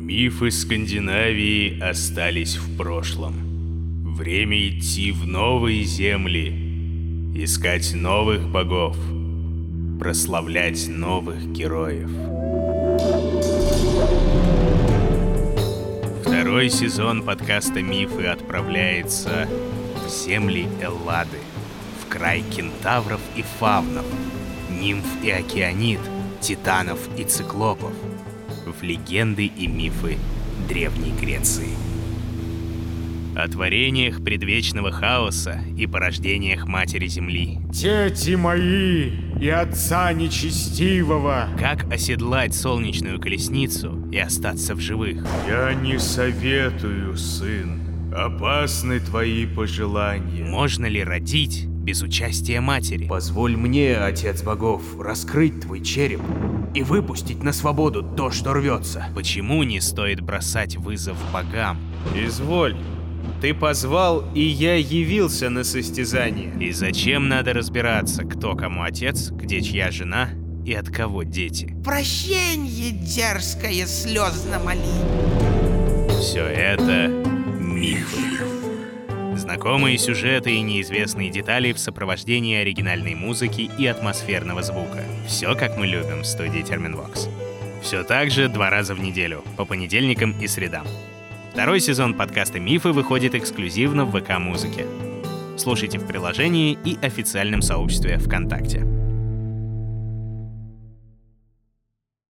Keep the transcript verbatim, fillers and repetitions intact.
Мифы Скандинавии остались в прошлом. Время идти в новые земли, искать новых богов, прославлять новых героев. Второй сезон подкаста «Мифы» отправляется в земли Эллады, в край кентавров и фавнов, нимф и океанид, титанов и циклопов, в легенды и мифы Древней Греции. О творениях предвечного хаоса и порождениях Матери Земли. Дети мои и отца нечестивого! Как оседлать солнечную колесницу и остаться в живых. Я не советую, сын. Опасны твои пожелания. Можно ли родить без участия матери? Позволь мне, отец богов, раскрыть твой череп и выпустить на свободу то, что рвется. Почему не стоит бросать вызов богам? Изволь. Ты позвал, и я явился на состязание. И зачем надо разбираться, кто кому отец, где чья жена и от кого дети? Прощенье дерзкое слезно моли. Все это мифы. Знакомые сюжеты и неизвестные детали в сопровождении оригинальной музыки и атмосферного звука. Все, как мы любим в студии Терминвокс. Все так же два раза в неделю, по понедельникам и средам. Второй сезон подкаста «Мифы» выходит эксклюзивно в ВК-музыке. Слушайте в приложении и официальном сообществе ВКонтакте.